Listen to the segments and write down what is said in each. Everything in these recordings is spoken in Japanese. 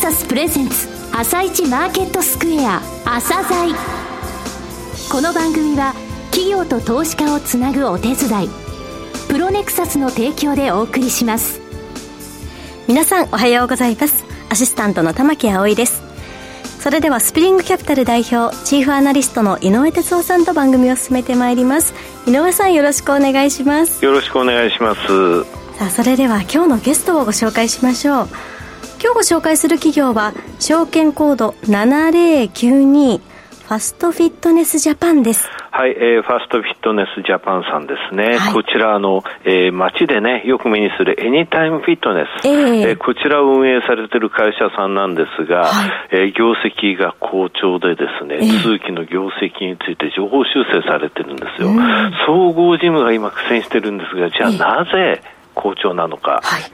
サスプレゼンツ朝一マーケットスクエア朝鮮。この番組は企業と投資家をつなぐお手伝いプロネクサスの提供でお送りします。 皆さんおはようございます。アシスタントの玉木葵です。それではスプリングキャピタル代表チーフアナリストの井上哲夫さんと番組を進めてまいります。井上さん、よろしくお願いします。 よろしくお願いします。 さあ、それでは今日のゲストをご紹介しましょう。今日ご紹介する企業は証券コード7092ファストフィットネスジャパンです。 はい、ファストフィットネスジャパンさんですね。はい、こちら街でねよく目にするエニタイムフィットネス、こちらを運営されている会社さんなんですが、はい、業績が好調でですね、通期の業績について情報修正されてるんですよ。総合事務が今苦戦してるんですが、じゃあなぜ好調なのか、はい、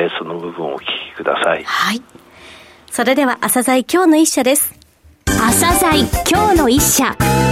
その部分をお聞きください。 はい、それでは朝鮮今日の一社です。 朝鮮今日の一社。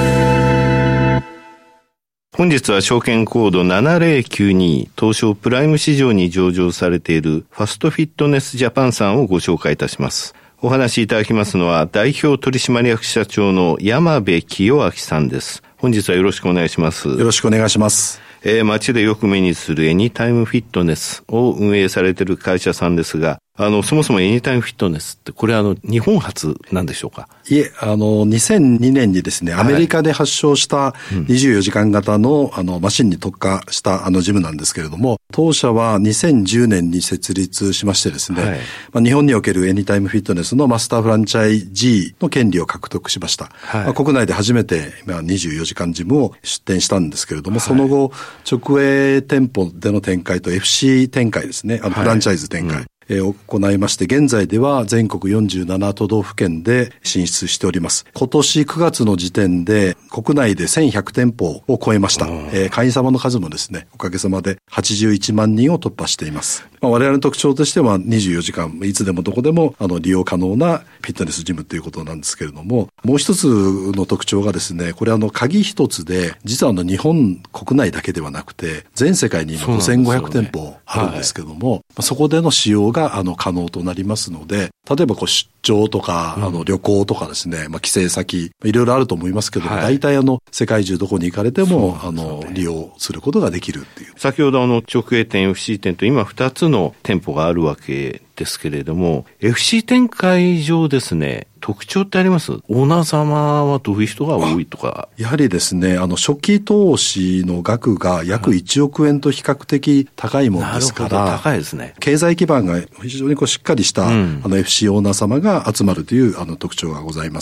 本日は証券コード7092東証プライム市場に上場されているファストフィットネスジャパンさんをご紹介いたします。お話しいただきますのは代表取締役社長の山部清明さんです。本日はよろしくお願いします。 よろしくお願いします。 街でよく目にするエニタイムフィットネスを運営されている会社さんですが、そもそもエニタイムフィットネスってこれ日本初なんでしょうか？ いえ、2002年にですね、アメリカで発祥した24時間型のマシンに特化したジムなんですけれども、当社は2010年に設立しましてですね、はい、日本におけるエニタイムフィットネスのマスターフランチャイジーの権利を獲得しました。はい、国内で初めて24時間ジムを出店したんですけれども、はい、その後直営店舗での展開と FC 展開ですね、フランチャイズ展開、行いまして、現在では全国47都道府県で進出しております。今年9月の時点で国内で1100店舗を超えました。会員様の数もですね、おかげさまで81万人を突破しています。我々の特徴としては24時間いつでもどこでも利用可能なフィットネスジムということなんですけれども、もう一つの特徴がですね、これ鍵一つで、実は日本国内だけではなくて全世界に今5500店舗あるんですけれども、そこでの使用が可能となりますので、例えば出張とか旅行とかですね、帰省先いろいろあると思いますけども、大体世界中どこに行かれても利用することができるっていう。 先ほど直営店 FC 店と今2つの店舗があるわけですけれども、 FC 展開上ですね、特徴ってあります？オーナー様はどういう人が多いとか。 やはりですね、初期投資の額が約1億円と比較的高いものですから、 高いですね。 経済基盤が非常にしっかりした、FC オーナー様が集まるという特徴がございます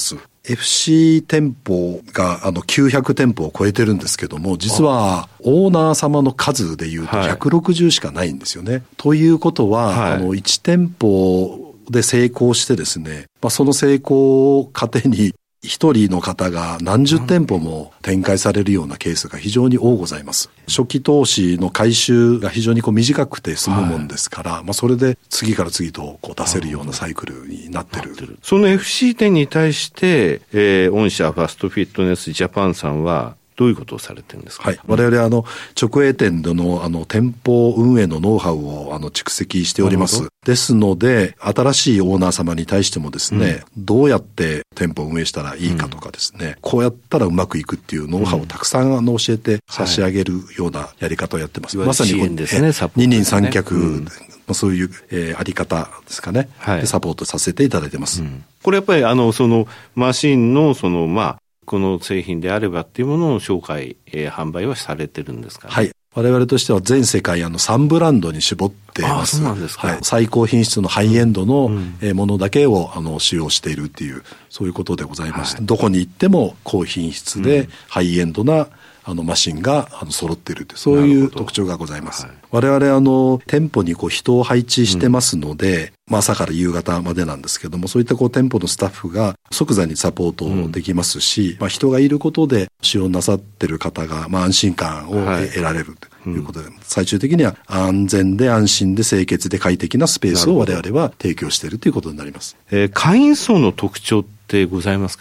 。FC 店舗が900店舗を超えてるんですけども、実はオーナー様の数でいうと160しかないんですよね。はい、ということは、1店舗で成功してですね、その成功を糧に一人の方が何十店舗も展開されるようなケースが非常に多ございます。初期投資の回収が非常に短くて済むもんですから、それで次から次と出せるようなサイクルになってる。 その FC 店に対して、御社ファストフィットネスジャパンさんはどういうことをされてるんですか？はい、 我々直営店での店舗運営のノウハウを蓄積しております。ですので、新しいオーナー様に対してもですね、どうやって店舗を運営したらいいかとかですね、こうやったらうまくいくっていうノウハウをたくさん教えて差し上げるようなやり方をやってます。まさに二人三脚、そういう、あり方ですかね、でサポートさせていただいてます。 これやっぱりそのマシンのこの製品であればっていうものを紹介、販売はされてるんですかね？はい。 我々としては全世界3ブランドに絞っています。 そうなんですか。 はい。最高品質のハイエンドのものだけを使用しているっていう、そういうことでございまして、どこに行っても高品質でハイエンドなマシンが揃っているという、そういう特徴がございます。我々店舗に人を配置してますので、朝から夕方までなんですけども、そういった店舗のスタッフが即座にサポートできますし、人がいることで使用なさってる方が安心感を得られるということで、最終的には安全で安心で清潔で快適なスペースを我々は提供しているということになります。 会員層の特徴ってございますかね？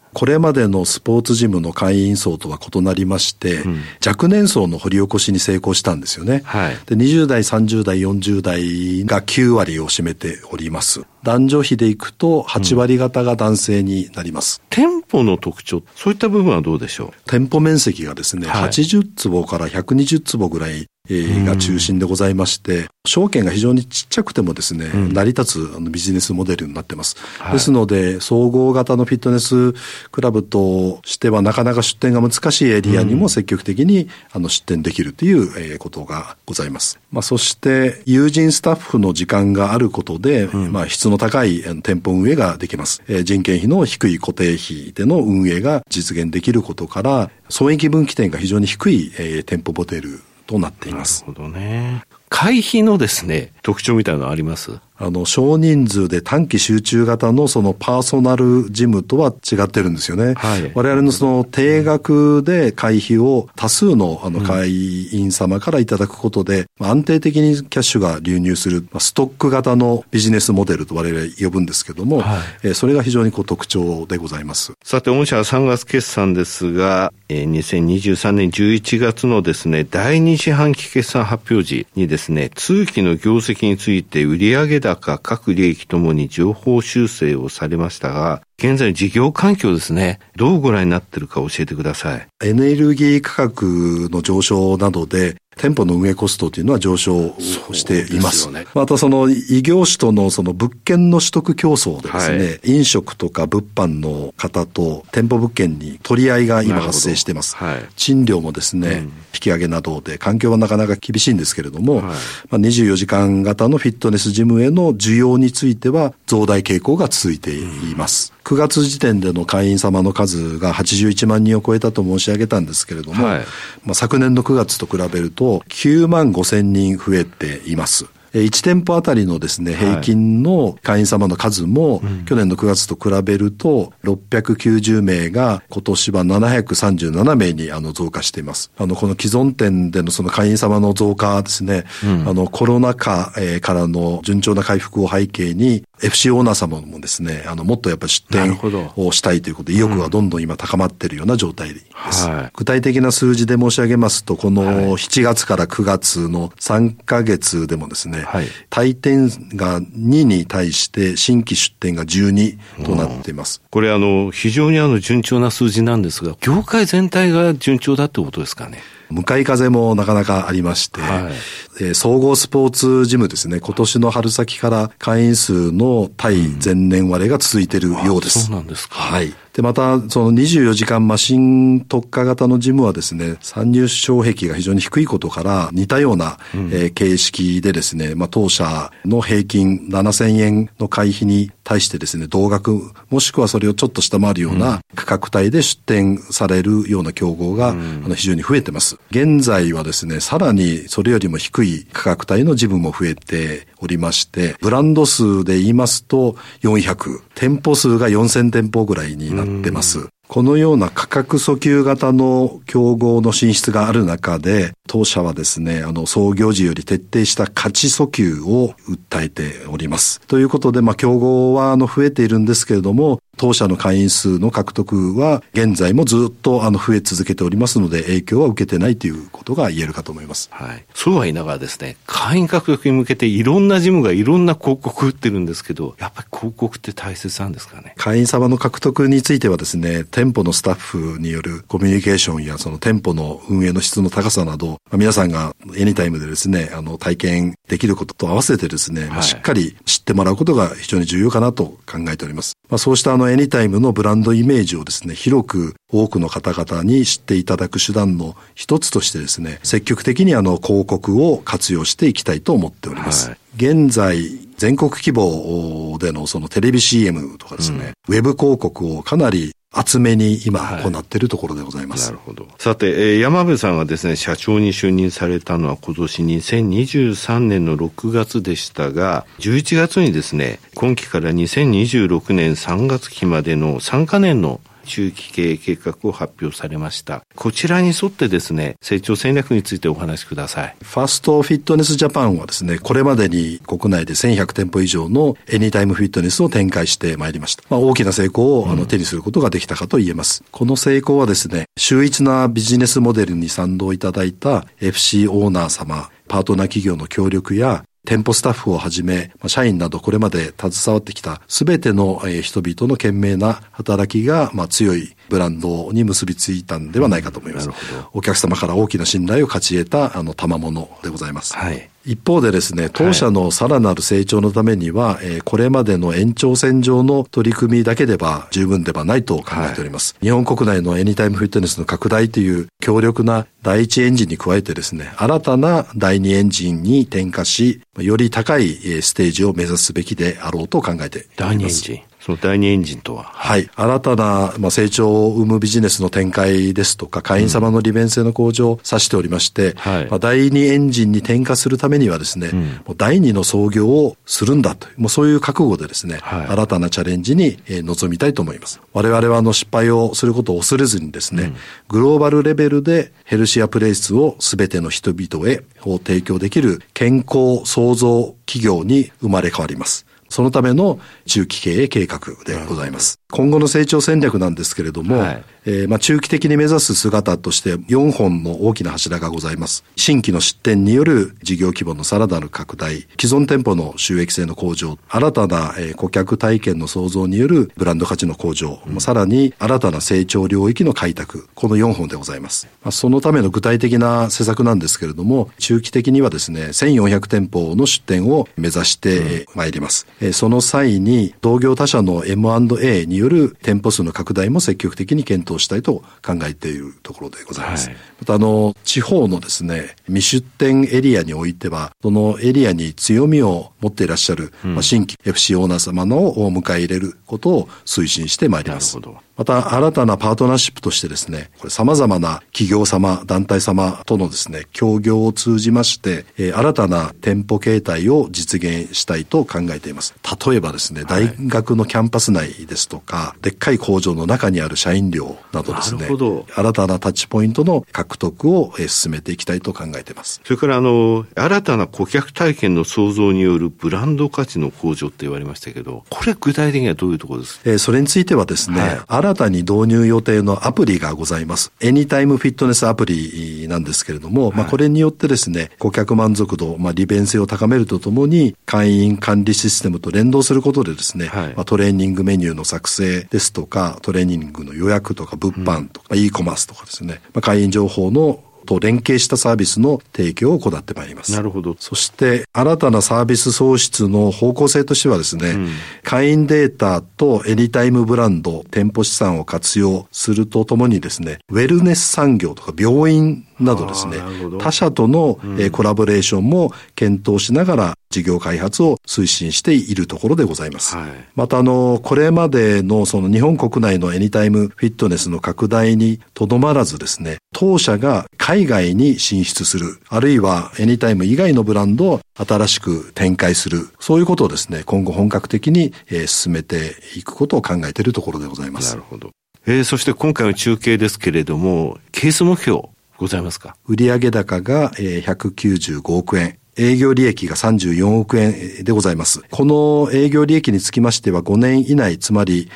これまでのスポーツジムの会員層とは異なりまして、若年層の掘り起こしに成功したんですよね。で、20代、30代、40代が9割を占めております。男女比でいくと8割方が男性になります。 店舗の特徴、そういった部分はどうでしょう？ 店舗面積がですね、80坪から120坪ぐらいが中心でございまして、証券が非常にちっちゃくてもですね、成り立つビジネスモデルになってます。ですので、総合型のフィットネスクラブとしてはなかなか出店が難しいエリアにも積極的に出店できるということがございます。そして友人スタッフの時間があることで、質の高い店舗運営ができます。人件費の低い固定費での運営が実現できることから、損益分岐点が非常に低い店舗モデルとなっています。 なるほどね。会費のですね、特徴みたいなのあります？ 少人数で短期集中型のそのパーソナルジムとは違ってるんですよね。我々のその定額で会費を多数の会員様からいただくことで、安定的にキャッシュが流入するストック型のビジネスモデルと我々呼ぶんですけども、それが非常に特徴でございます。 さて、御社は3月決算ですが、2023年11月のですね、第2四半期決算発表時にですね、通期の業績について売上高、各利益ともに上方修正をされましたが、現在事業環境ですね、どうご覧になっているか教えてください。 エネルギー価格の上昇などで店舗の運営コストというのは上昇しています。またその異業種とのその物件の取得競争でですね、飲食とか物販の方と店舗物件に取り合いが今発生しています。賃料もですね、引き上げなどで環境はなかなか厳しいんですけれども、24時間型のフィットネスジムへの需要については増大傾向が続いています。9月時点での会員様の数が81万人を超えたと申し上げたんですけれども、昨年の9月と比べると9万5千人増えています。1店舗あたりのですね、平均の会員様の数も、去年の9月と比べると、690名が今年は737名に増加しています。この既存店でのその会員様の増加ですね、コロナ禍からの順調な回復を背景に、FC オーナー様もですね、もっとやっぱり出店をしたいということで、意欲がどんどん今高まっているような状態です。具体的な数字で申し上げますと、この7月から9月の3ヶ月でもですね、退店が2に対して新規出店が12となっています。 これ非常に順調な数字なんですが、業界全体が順調だってことですかね。 向かい風もなかなかありまして、総合スポーツジムですね、今年の春先から会員数の対前年割れが続いているようです。 そうなんですか。 で、また、その24時間マシン特化型のジムはですね、参入障壁が非常に低いことから、似たような、形式でですね、当社の平均7000円の会費に対してですね、同額、もしくはそれをちょっと下回るような価格帯で出店されるような競合が、非常に増えてます。現在はですね、さらにそれよりも低い価格帯のジムも増えておりまして、ブランド数で言いますと400、店舗数が4000店舗ぐらいになってます。このような価格訴求型の競合の進出がある中で、当社はですね、創業時より徹底した価値訴求を訴えております。ということで、競合は増えているんですけれども、当社の会員数の獲得は現在もずっと増え続けておりますので、影響は受けてないということが言えるかと思います。 そうは言いながらですね、会員獲得に向けていろんなジムがいろんな広告売ってるんですけど、やっぱり広告って大切なんですかね。 会員様の獲得についてはですね、店舗のスタッフによるコミュニケーションやその店舗の運営の質の高さなど、皆さんがエニタイムでですね、体験できることと合わせてですね、しっかり知ってもらうことが非常に重要かなと考えております。そうしたエニタイムのブランドイメージをですね、広く多くの方々に知っていただく手段の一つとしてですね、積極的に広告を活用していきたいと思っております。現在、全国規模でのそのテレビ CM とかですね、ウェブ広告をかなり厚めに今行っているところでございます。 なるほど。さて、山部さんがですね、社長に就任されたのは今年2023年の6月でしたが、11月にですね、今期から2026年3月期までの3カ年の中期経営計画を発表されました。こちらに沿ってですね、成長戦略についてお話しください。 ファストフィットネスジャパンはですね、これまでに国内で1100店舗以上のエニタイムフィットネスを展開してまいりました。大きな成功を手にすることができたかと言えます。この成功はですね、秀逸なビジネスモデルに賛同いただいた FC オーナー様、パートナー企業の協力や店舗スタッフをはじめ、社員などこれまで携わってきたすべての人々の懸命な働きが強いブランドに結びついたんではないかと思います。お客様から大きな信頼を勝ち得た賜物でございます。はい。一方でですね、当社のさらなる成長のためには、これまでの延長線上の取り組みだけでは十分ではないと考えております。日本国内のエニタイムフィットネスの拡大という強力な第一エンジンに加えてですね、新たな第二エンジンに転化し、より高いステージを目指すべきであろうと考えています。 第二エンジン。その第二エンジンとは、 はい。新たな、成長を生むビジネスの展開ですとか、会員様の利便性の向上を指しておりまして、第二エンジンに転化するためにはですね、もう第二の創業をするんだという、もうそういう覚悟でですね、新たなチャレンジに臨みたいと思います。我々は失敗をすることを恐れずにですね、グローバルレベルでヘルシアプレイスをすべての人々へ提供できる健康創造企業に生まれ変わります。そのための中期経営計画でございます。今後の成長戦略なんですけれども、中期的に目指す姿として4本の大きな柱がございます。新規の出店による事業規模のさらなる拡大、既存店舗の収益性の向上、新たな顧客体験の創造によるブランド価値の向上、さらに新たな成長領域の開拓、この4本でございます。そのための具体的な施策なんですけれども、中期的にはですね、1400店舗の出店を目指してまいります。その際に同業他社の M&A による店舗数の拡大も積極的に検討したいと考えているところでございます。また地方のですね、未出店エリアにおいては、そのエリアに強みを持っていらっしゃる、新規 FC オーナー様の迎え入れることを推進してまいります。また新たなパートナーシップとしてですね、これ様々な企業様、団体様とのですね、協業を通じまして、新たな店舗形態を実現したいと考えています。例えばですね、大学のキャンパス内ですとか、でっかい工場の中にある社員寮などですね、新たなタッチポイントの獲得を進めていきたいと考えています。 それから新たな顧客体験の創造によるブランド価値の向上って言われましたけど、これ具体的にはどういうところですか？ それについてはですね、新たに導入予定のアプリがございます。エニタイムフィットネスアプリなんですけれども、これによってですね、顧客満足度、利便性を高めるとともに、会員管理システムと連動することでですね、トレーニングメニューの作成ですとか、トレーニングの予約とか物販とか、e コマースとかですね、会員情報のと連携したサービスの提供を行ってまいります。 なるほど。 そして新たなサービス創出の方向性としてはですね、会員データとエニタイムブランド、店舗資産を活用するとともにですね、ウェルネス産業とか病院などですね、他社とのコラボレーションも検討しながら事業開発を推進しているところでございます。またこれまでのその日本国内のエニタイムフィットネスの拡大にとどまらずですね、当社が海外に進出する、あるいはエニタイム以外のブランドを新しく展開する、そういうことをですね、今後本格的に進めていくことを考えているところでございます。 なるほど。そして今回の中継ですけれども、ケース目標ございますか？ 売上高が195億円。営業利益が34億円でございます。この営業利益につきましては5年以内、つまり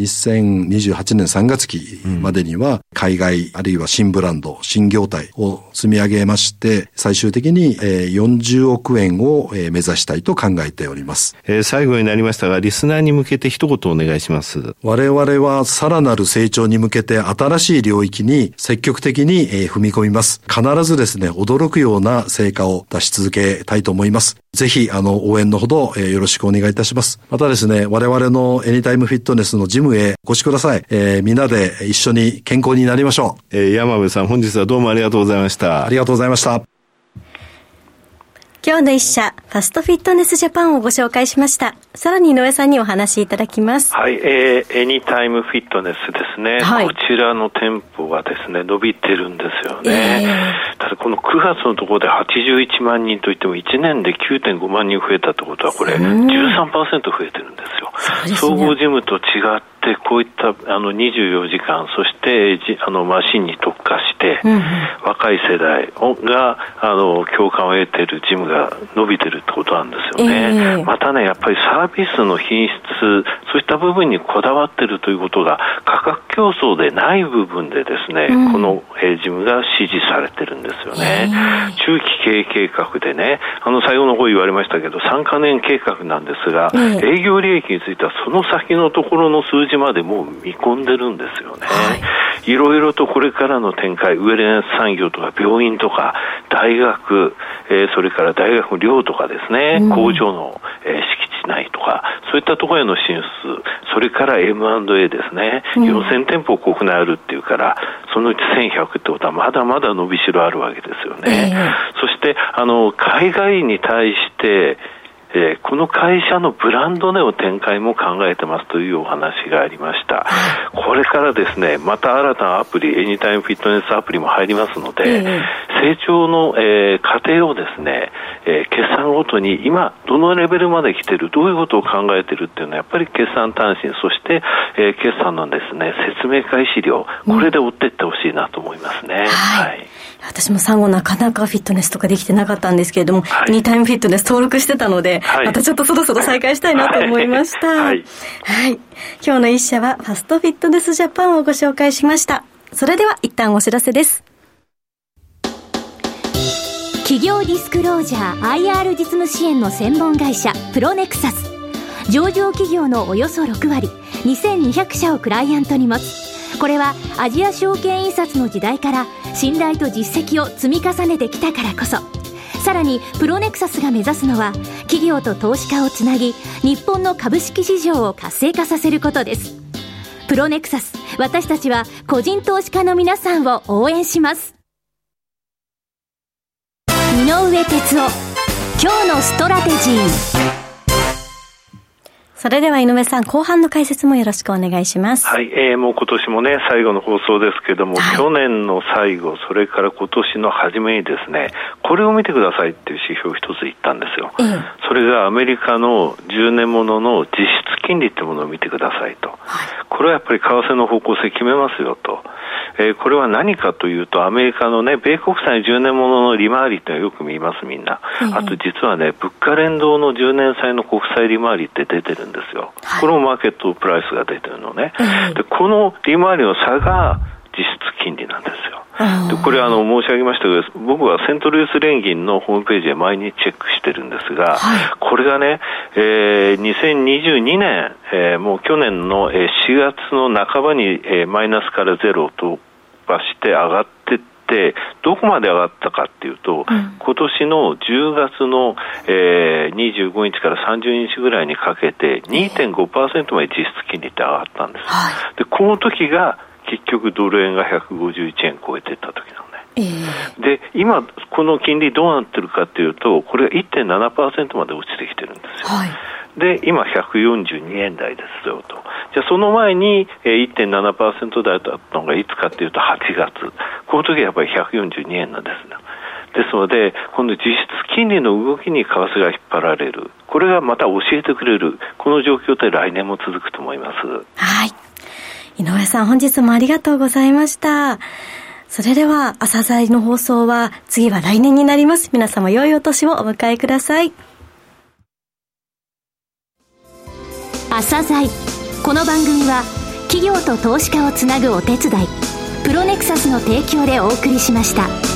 2028年3月期までには海外あるいは新ブランド、新業態を積み上げまして、最終的に40億円を目指したいと考えております。 最後になりましたが、リスナーに向けて一言お願いします。 我々はさらなる成長に向けて新しい領域に積極的に踏み込みます。必ずですね、驚くような成果を出し続けたいと思います。ぜひ応援のほどよろしくお願いいたします。またですね、我々のエニタイムフィットネスのジムへお越しください。みんなで一緒に健康になりましょう。 山部さん、本日はどうもありがとうございました。 ありがとうございました。 今日の一社、ファストフィットネスジャパンをご紹介しました。さらに井上さんにお話しいただきます。 はい、エニタイムフィットネスですね。こちらの店舗はですね、伸びてるんですよね。ただこの9月のところで81万人といっても1年で 9.5 万人増えたってことはこれ 13% 増えてるんですよ。総合ジムと違っってこういった24時間、そしてマシンに特化して、若い世代が共感を得ているジムが伸びてるってことなんですよね。またね、やっぱりサービスの品質、そういった部分にこだわっているということが価格競争でない部分でですね、このジムが支持されてるんですよね。中期経営計画でね、最後の方言われましたけど3カ年計画なんですが、営業利益についてはその先のところの数字までもう見込んでるんですよね。いろいろとこれからの展開、ウェルネス産業とか病院とか大学、それから大学の寮とかですね、工場の、敷地内とかそういったところへの進出、それから M&A ですね、4000店舗国内あるっていうから、そのうち1100ってことはまだまだ伸びしろあるわけですよね。そして海外に対してこの会社のブランドでの展開も考えてますというお話がありました。これからですね、また新たなアプリ、エニタイムフィットネスアプリも入りますので、成長の、過程をですね、決算ごとに今どのレベルまで来てる、どういうことを考えてるっていうのはやっぱり決算単身、そして、決算のですね、説明会資料、これで追っていってほしいなと思いますね。 私も産後なかなかフィットネスとかできてなかったんですけれども、エニタイムフィットネス登録してたので、またちょっとそろそろ再開したいなと思いました。今日の一社はファストフィットネスジャパンをご紹介しました。それでは一旦お知らせです。 企業ディスクロージャー IR 実務支援の専門会社プロネクサス。上場企業のおよそ6割、2200社をクライアントに持つ。これはアジア証券印刷の時代から信頼と実績を積み重ねてきたからこそ。さらにプロネクサスが目指すのは企業と投資家をつなぎ、日本の株式市場を活性化させることです。プロネクサス、私たちは個人投資家の皆さんを応援します。井上哲夫、今日のストラテジー。 それでは井上さん、後半の解説もよろしくお願いします。 もう今年もね、最後の放送ですけども、去年の最後、それから今年の初めにですね、これを見てくださいっていう指標を一つ言ったんですよ。それがアメリカの10年ものの実質金利ってものを見てくださいと。これはやっぱり為替の方向性決めますよと。これは何かというと、アメリカのね、米国債10年ものの利回りってよく見ますみんな。あと実はね、物価連動の10年債の国債利回りって出てるんですよ。これもマーケットプライスが出てるのね。で、この利回りの差が実質金利なんですよ。で、これ申し上げましたけど、僕はセントルイス連銀のホームページで毎日チェックしてるんですが、これがね、2022年、もう去年の4月の半ばにマイナスからゼロを突破して上がってってどこまで上がったかっていうと、今年の10月の、25日から30日ぐらいにかけて 2.5% まで実質金利って上がったんです。で、この時が結局ドル円が151円超えていった時なのね。で、今この金利どうなってるかっていうと、これが 1.7% まで落ちてきてるんですよ。で、今142円台ですよと。じゃあその前に 1.7% 台だったのがいつかっていうと8月。この時はやっぱり142円なんですね。ですので、この実質金利の動きに為替が引っ張られる。これがまた教えてくれる。この状況って来年も続くと思います。 井上さん、本日もありがとうございました。それでは朝鮮の放送は次は来年になります。皆様良いお年をお迎えください。 朝鮮、この番組は企業と投資家をつなぐお手伝い、プロネクサスの提供でお送りしました。